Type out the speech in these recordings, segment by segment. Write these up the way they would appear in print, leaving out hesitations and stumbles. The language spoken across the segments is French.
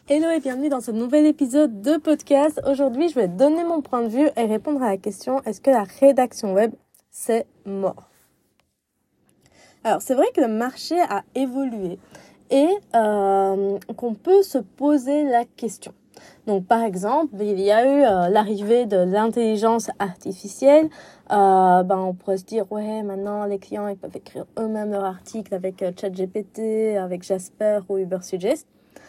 Hello et bienvenue dans ce nouvel épisode de podcast. Aujourd'hui, je vais donner mon point de vue et répondre à la question: est-ce que la rédaction web, c'est mort? Alors, c'est vrai que le marché a évolué et qu'on peut se poser la question. Donc, par exemple, il y a eu l'arrivée de l'intelligence artificielle. On pourrait se dire, ouais, maintenant, les clients ils peuvent écrire eux-mêmes leur article avec ChatGPT, avec Jasper ou Ubersuggest.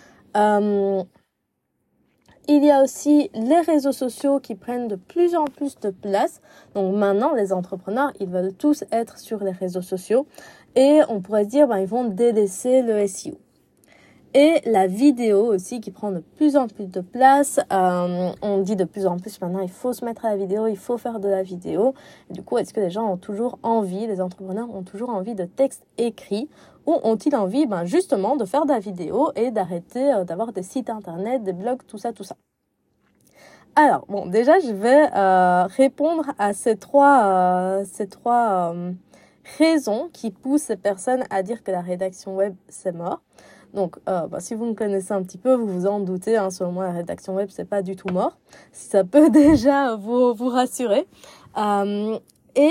Il y a aussi les réseaux sociaux qui prennent de plus en plus de place. Donc maintenant, les entrepreneurs, ils veulent tous être sur les réseaux sociaux. Et on pourrait se dire, ils vont délaisser le SEO. Et la vidéo aussi qui prend de plus en plus de place. On dit de plus en plus maintenant, il faut se mettre à la vidéo, il faut faire de la vidéo. Et du coup, est-ce que les gens ont toujours envie, les entrepreneurs ont toujours envie de textes écrits, ou ont-ils envie justement de faire de la vidéo et d'arrêter d'avoir des sites internet, des blogs, tout ça. Alors, déjà, je vais répondre à ces trois raisons qui poussent ces personnes à dire que la rédaction web, c'est mort. Donc, si vous me connaissez un petit peu, vous vous en doutez, selon moi, la rédaction web, c'est pas du tout mort. Ça peut déjà vous rassurer. Alors,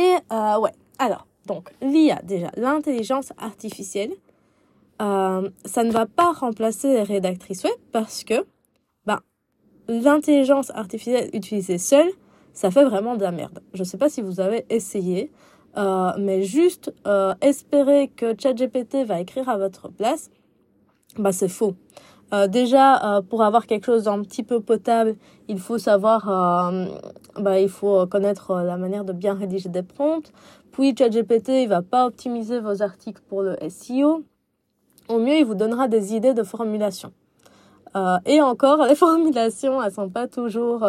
donc, l'IA, déjà, l'intelligence artificielle, ça ne va pas remplacer les rédactrices web parce que, l'intelligence artificielle utilisée seule, ça fait vraiment de la merde. Je sais pas si vous avez essayé, mais juste espérer que ChatGPT va écrire à votre place, c'est faux. Déjà, pour avoir quelque chose d'un petit peu potable, il faut savoir, il faut connaître la manière de bien rédiger des prompts. Puis ChatGPT, il va pas optimiser vos articles pour le SEO. Au mieux, il vous donnera des idées de formulation. Et encore, les formulations, elles sont pas toujours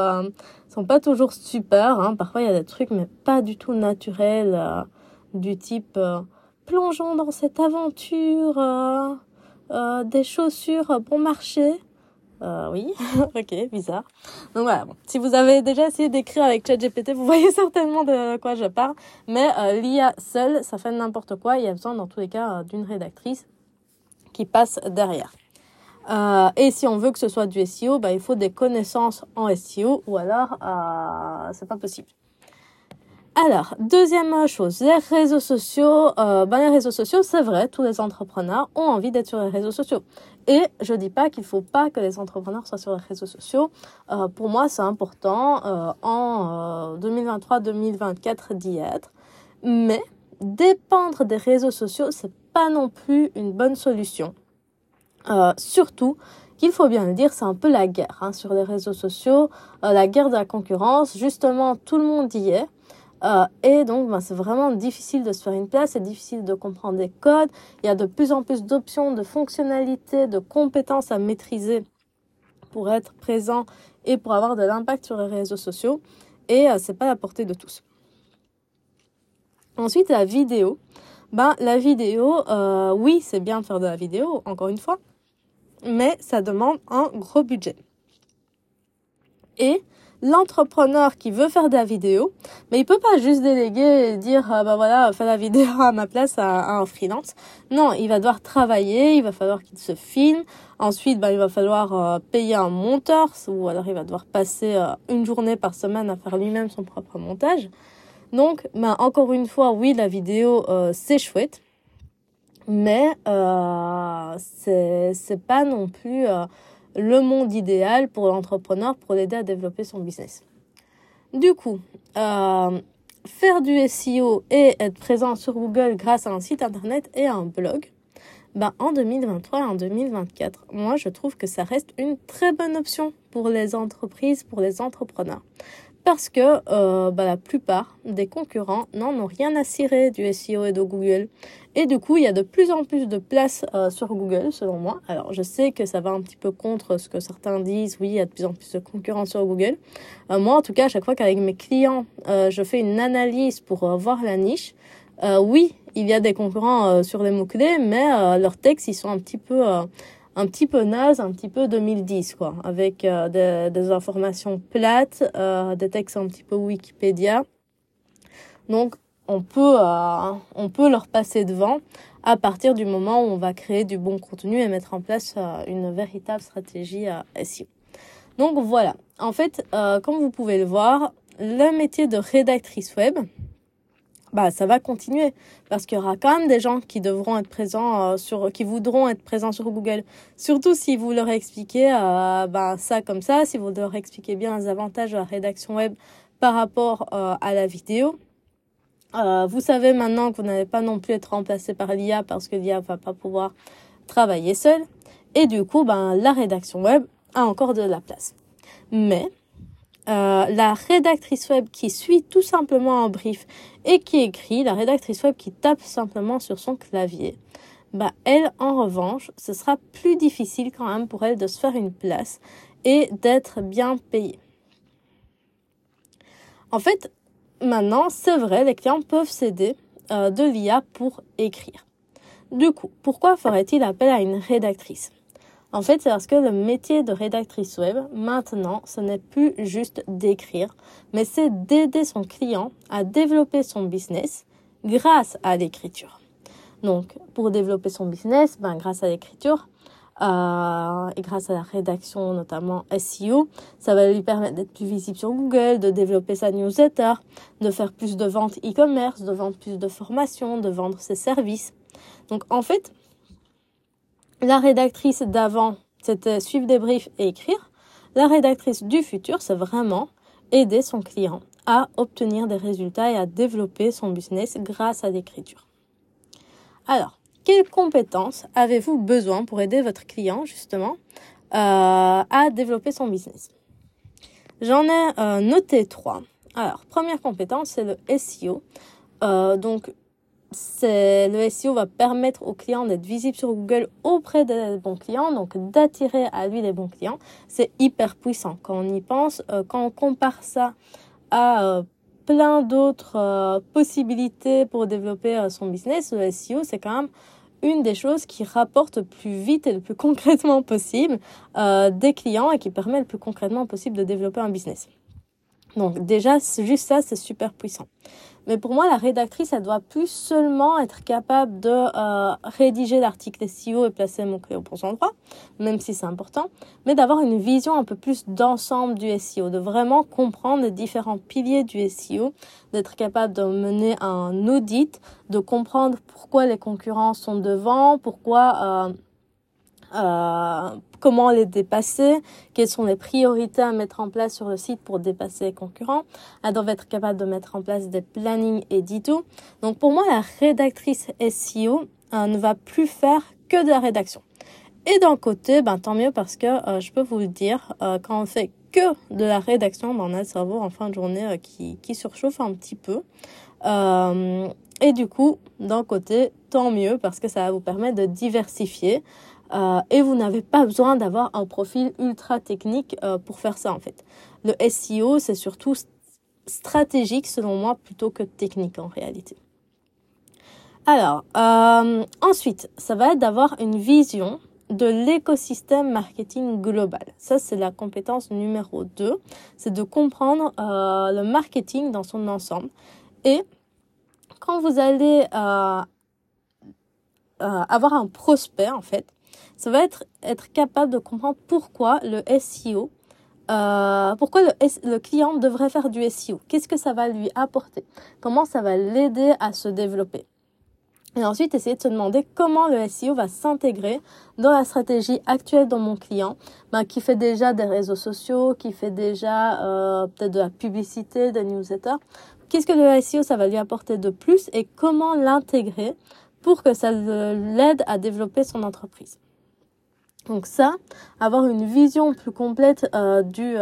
super. Parfois, il y a des trucs, mais pas du tout naturels, du type plongeons dans cette aventure. Des chaussures bon marché. Oui, ok, bizarre. Donc voilà, si vous avez déjà essayé d'écrire avec ChatGPT, vous voyez certainement de quoi je parle. Mais l'IA seule, ça fait n'importe quoi. Il y a besoin, dans tous les cas, d'une rédactrice qui passe derrière. Et si on veut que ce soit du SEO, il faut des connaissances en SEO, ou alors c'est pas possible. Alors, deuxième chose, les réseaux sociaux. Les réseaux sociaux, c'est vrai, tous les entrepreneurs ont envie d'être sur les réseaux sociaux. Et je dis pas qu'il faut pas que les entrepreneurs soient sur les réseaux sociaux. Pour moi, c'est important en 2023-2024 d'y être. Mais dépendre des réseaux sociaux, c'est pas non plus une bonne solution. Surtout qu'il faut bien le dire, c'est un peu la guerre sur les réseaux sociaux, la guerre de la concurrence. Justement, tout le monde y est. Et donc, c'est vraiment difficile de se faire une place, c'est difficile de comprendre des codes. Il y a de plus en plus d'options, de fonctionnalités, de compétences à maîtriser pour être présent et pour avoir de l'impact sur les réseaux sociaux. Et c'est pas à la portée de tous. Ensuite, la vidéo. La vidéo, oui, c'est bien de faire de la vidéo, encore une fois, mais ça demande un gros budget. Et l'entrepreneur qui veut faire de la vidéo, mais il peut pas juste déléguer et dire fais la vidéo à ma place à un freelance. Non, il va devoir travailler, il va falloir qu'il se filme. Ensuite, il va falloir payer un monteur, ou alors il va devoir passer une journée par semaine à faire lui-même son propre montage. Donc, encore une fois, oui, la vidéo c'est chouette, mais c'est pas non plus le monde idéal pour l'entrepreneur pour l'aider à développer son business. Du coup, faire du SEO et être présent sur Google grâce à un site internet et à un blog, en 2023 et en 2024, moi je trouve que ça reste une très bonne option pour les entreprises, pour les entrepreneurs. Parce que la plupart des concurrents n'en ont rien à cirer du SEO et de Google. Et du coup, il y a de plus en plus de place sur Google, selon moi. Alors, je sais que ça va un petit peu contre ce que certains disent. Oui, il y a de plus en plus de concurrents sur Google. Moi, en tout cas, à chaque fois qu'avec mes clients, je fais une analyse pour voir la niche, oui, il y a des concurrents sur les mots-clés, mais leurs textes, ils sont un petit peu naze, un petit peu 2010, quoi, avec des informations plates, des textes un petit peu Wikipédia. Donc, on peut leur passer devant à partir du moment où on va créer du bon contenu et mettre en place une véritable stratégie SEO. Donc voilà, en fait, comme vous pouvez le voir, le métier de rédactrice web, ça va continuer parce qu'il y aura quand même des gens qui devront être présents qui voudront être présents sur Google. Surtout si vous leur expliquez ça comme ça, si vous leur expliquez bien les avantages de la rédaction web par rapport à la vidéo. Vous savez maintenant que vous n'allez pas non plus être remplacé par l'IA parce que l'IA va pas pouvoir travailler seule. Et du coup, la rédaction web a encore de la place. Mais la rédactrice web qui suit tout simplement un brief et qui écrit, la rédactrice web qui tape simplement sur son clavier, elle, en revanche, ce sera plus difficile quand même pour elle de se faire une place et d'être bien payée. En fait, maintenant, c'est vrai, les clients peuvent s'aider de l'IA pour écrire. Du coup, pourquoi ferait-il appel à une rédactrice ? En fait, c'est parce que le métier de rédactrice web, maintenant, ce n'est plus juste d'écrire, mais c'est d'aider son client à développer son business grâce à l'écriture. Donc, pour développer son business, grâce à l'écriture et grâce à la rédaction, notamment SEO, ça va lui permettre d'être plus visible sur Google, de développer sa newsletter, de faire plus de ventes e-commerce, de vendre plus de formations, de vendre ses services. Donc, en fait, la rédactrice d'avant, c'était suivre des briefs et écrire. La rédactrice du futur, c'est vraiment aider son client à obtenir des résultats et à développer son business grâce à l'écriture. Alors, quelles compétences avez-vous besoin pour aider votre client, justement, à développer son business ? J'en ai noté 3. Alors, première compétence, c'est le SEO. Le SEO va permettre au client d'être visible sur Google auprès des bons clients, donc d'attirer à lui les bons clients. C'est hyper puissant quand on y pense, quand on compare ça à plein d'autres possibilités pour développer son business. Le SEO, c'est quand même une des choses qui rapporte le plus vite et le plus concrètement possible des clients et qui permet le plus concrètement possible de développer un business. Donc déjà, juste ça, c'est super puissant. Mais pour moi, la rédactrice, elle doit plus seulement être capable de rédiger l'article SEO et placer mon clé au bon endroit, même si c'est important, mais d'avoir une vision un peu plus d'ensemble du SEO, de vraiment comprendre les différents piliers du SEO, d'être capable de mener un audit, de comprendre pourquoi les concurrents sont devant, comment les dépasser, quelles sont les priorités à mettre en place sur le site pour dépasser les concurrents. Elle doit être capable de mettre en place des plannings édito. Donc pour moi, la rédactrice SEO ne va plus faire que de la rédaction. Et d'un côté, tant mieux parce que je peux vous le dire, quand on fait que de la rédaction, on a le cerveau en fin de journée qui surchauffe un petit peu. Et du coup, d'un côté, tant mieux parce que ça va vous permettre de diversifier. Et vous n'avez pas besoin d'avoir un profil ultra technique pour faire ça en fait. Le SEO, c'est surtout stratégique selon moi plutôt que technique en réalité. Alors, ensuite, ça va être d'avoir une vision de l'écosystème marketing global. Ça, c'est la compétence numéro 2. C'est de comprendre le marketing dans son ensemble. Et quand vous allez avoir un prospect en fait, ça va être capable de comprendre pourquoi le SEO, pourquoi le client devrait faire du SEO. Qu'est-ce que ça va lui apporter? Comment ça va l'aider à se développer? Et ensuite, essayer de se demander comment le SEO va s'intégrer dans la stratégie actuelle de mon client, qui fait déjà des réseaux sociaux, qui fait déjà peut-être de la publicité, des newsletters. Qu'est-ce que le SEO, ça va lui apporter de plus et comment l'intégrer pour que ça l'aide à développer son entreprise. Donc ça, avoir une vision plus complète du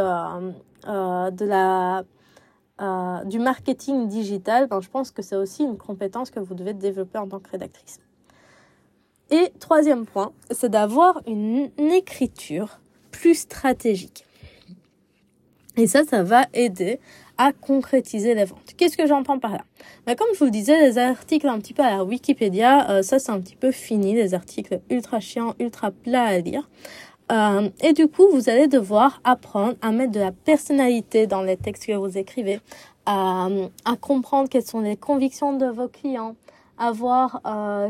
marketing digital, je pense que c'est aussi une compétence que vous devez développer en tant que rédactrice. Et troisième point, c'est d'avoir une écriture plus stratégique. Et ça va aider à concrétiser les ventes. Qu'est-ce que j'entends par là? Comme je vous le disais, les articles un petit peu à la Wikipédia, ça c'est un petit peu fini, les articles ultra chiants, ultra plats à lire. Et du coup, vous allez devoir apprendre à mettre de la personnalité dans les textes que vous écrivez, à comprendre quelles sont les convictions de vos clients, à voir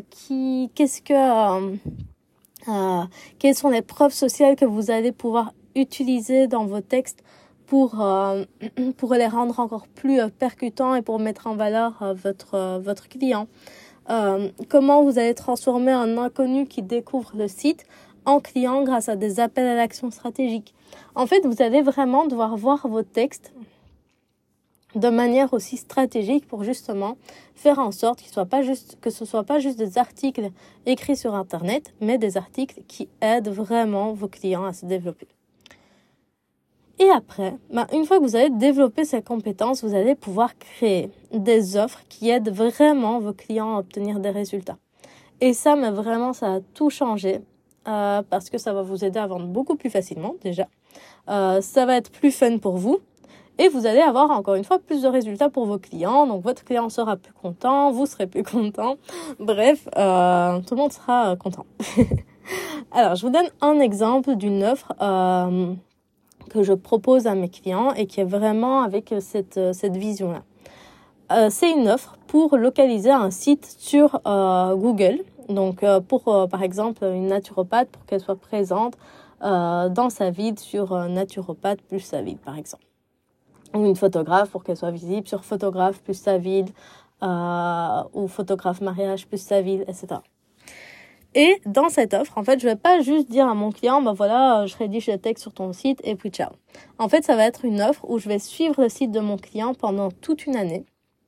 quelles sont les preuves sociales que vous allez pouvoir utiliser dans vos textes pour les rendre encore plus percutants et pour mettre en valeur votre client. Comment vous allez transformer un inconnu qui découvre le site en client grâce à des appels à l'action stratégique. En fait, vous allez vraiment devoir voir vos textes de manière aussi stratégique pour justement faire en sorte que ce soit pas juste des articles écrits sur Internet, mais des articles qui aident vraiment vos clients à se développer. Et après, une fois que vous avez développé ces compétences, vous allez pouvoir créer des offres qui aident vraiment vos clients à obtenir des résultats. Et ça, mais vraiment, ça a tout changé parce que ça va vous aider à vendre beaucoup plus facilement déjà. Ça va être plus fun pour vous. Et vous allez avoir encore une fois plus de résultats pour vos clients. Donc votre client sera plus content, vous serez plus content. Bref, tout le monde sera content. Alors, je vous donne un exemple d'une offre que je propose à mes clients et qui est vraiment avec cette vision-là. C'est une offre pour localiser un site sur Google. Donc pour par exemple une naturopathe pour qu'elle soit présente dans sa ville sur naturopathe plus sa ville par exemple. Ou une photographe pour qu'elle soit visible sur photographe plus sa ville ou photographe mariage plus sa ville, etc. Et dans cette offre, en fait, je vais pas juste dire à mon client, voilà, je rédige le texte sur ton site et puis ciao. En fait, ça va être une offre où je vais suivre le site de mon client pendant toute une année.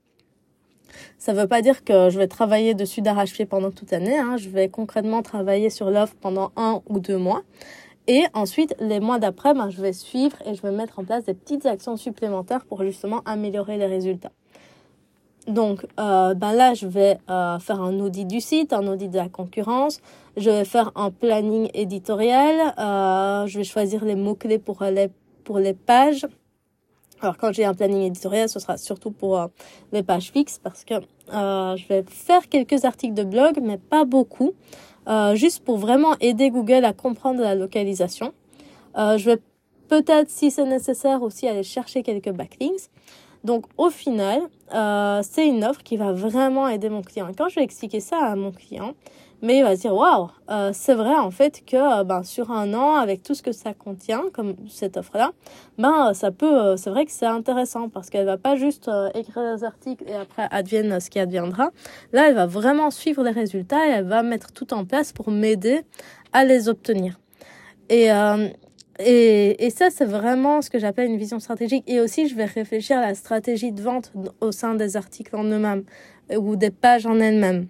Ça veut pas dire que je vais travailler dessus d'arrache-pied pendant toute l'année, hein. Je vais concrètement travailler sur l'offre pendant 1 ou 2 mois. Et ensuite, les mois d'après, je vais suivre et je vais mettre en place des petites actions supplémentaires pour justement améliorer les résultats. Donc là, je vais faire un audit du site, un audit de la concurrence. Je vais faire un planning éditorial. Je vais choisir les mots-clés pour les pages. Alors, quand j'ai un planning éditorial, ce sera surtout pour les pages fixes parce que je vais faire quelques articles de blog, mais pas beaucoup. Juste pour vraiment aider Google à comprendre la localisation. Je vais peut-être, si c'est nécessaire, aussi aller chercher quelques backlinks. Donc, au final, c'est une offre qui va vraiment aider mon client. Et quand je vais expliquer ça à mon client, mais il va se dire, waouh, c'est vrai en fait que sur 1 an, avec tout ce que ça contient, comme cette offre-là, c'est vrai que c'est intéressant parce qu'elle va pas juste écrire des articles et après advienne ce qui adviendra. Là, elle va vraiment suivre les résultats et elle va mettre tout en place pour m'aider à les obtenir. Et ça, c'est vraiment ce que j'appelle une vision stratégique. Et aussi, je vais réfléchir à la stratégie de vente au sein des articles en eux-mêmes ou des pages en elles-mêmes.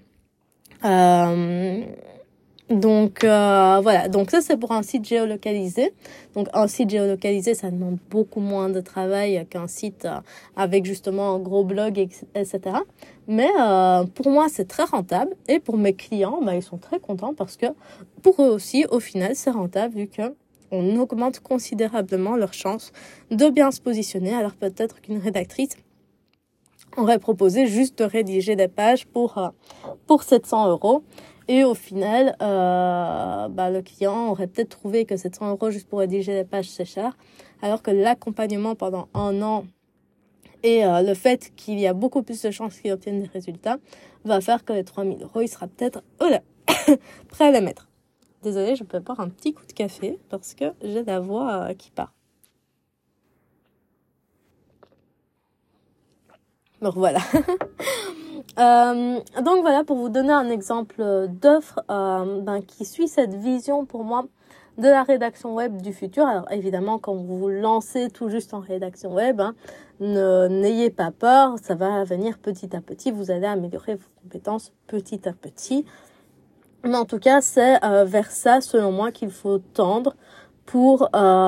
Donc ça, c'est pour un site géolocalisé. Donc un site géolocalisé, ça demande beaucoup moins de travail qu'un site avec justement un gros blog, etc. Mais pour moi, c'est très rentable. Et pour mes clients, ils sont très contents parce que pour eux aussi, au final, c'est rentable vu que on augmente considérablement leurs chances de bien se positionner. Alors peut-être qu'une rédactrice aurait proposé juste de rédiger des pages pour 700 €. Et au final, le client aurait peut-être trouvé que 700 € juste pour rédiger des pages, c'est cher. Alors que l'accompagnement pendant 1 an et le fait qu'il y a beaucoup plus de chances qu'il obtienne des résultats va faire que les 3000 €, il sera peut-être prêt à les mettre. Désolée, je peux boire un petit coup de café parce que j'ai la voix qui part. Donc voilà. Donc voilà, pour vous donner un exemple d'offre qui suit cette vision pour moi de la rédaction web du futur. Alors évidemment, quand vous vous lancez tout juste en rédaction web, n'ayez pas peur, ça va venir petit à petit. Vous allez améliorer vos compétences petit à petit. Mais en tout cas, c'est vers ça, selon moi, qu'il faut tendre pour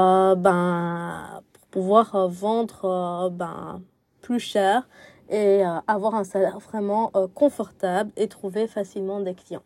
pouvoir vendre plus cher et avoir un salaire vraiment confortable et trouver facilement des clients.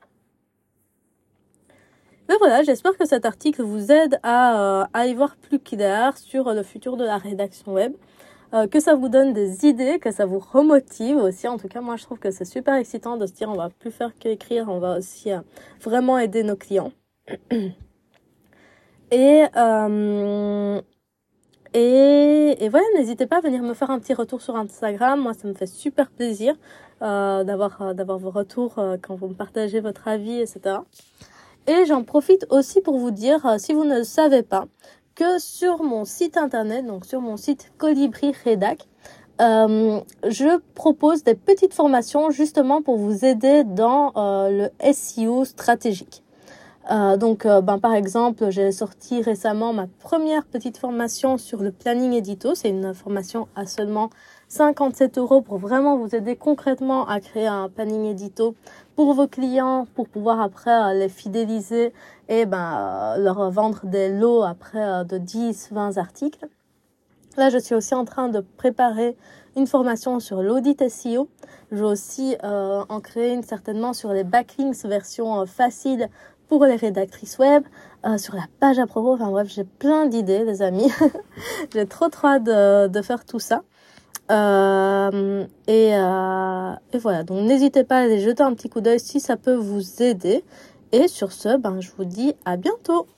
Mais voilà, j'espère que cet article vous aide à y voir plus clair sur le futur de la rédaction web. Que ça vous donne des idées, que ça vous remotive aussi. En tout cas, moi, je trouve que c'est super excitant de se dire on va plus faire qu'écrire, on va aussi vraiment aider nos clients. Et Et voilà, n'hésitez pas à venir me faire un petit retour sur Instagram. Moi, ça me fait super plaisir d'avoir vos retours quand vous me partagez votre avis, etc. Et j'en profite aussi pour vous dire, si vous ne le savez pas, que sur mon site internet, donc sur mon site Colibri Rédac, je propose des petites formations justement pour vous aider dans le SEO stratégique. Par exemple, j'ai sorti récemment ma première petite formation sur le planning édito. C'est une formation à seulement 57 € pour vraiment vous aider concrètement à créer un planning édito pour vos clients, pour pouvoir après les fidéliser et leur vendre des lots après de 10-20 articles. Là, je suis aussi en train de préparer une formation sur l'audit SEO. Je vais aussi en créer une certainement sur les backlinks version facile pour les rédactrices web, sur la page à propos. Enfin bref, j'ai plein d'idées, les amis. J'ai trop hâte de faire tout ça. Et voilà, donc n'hésitez pas à aller jeter un petit coup d'œil si ça peut vous aider. Et sur ce, je vous dis à bientôt.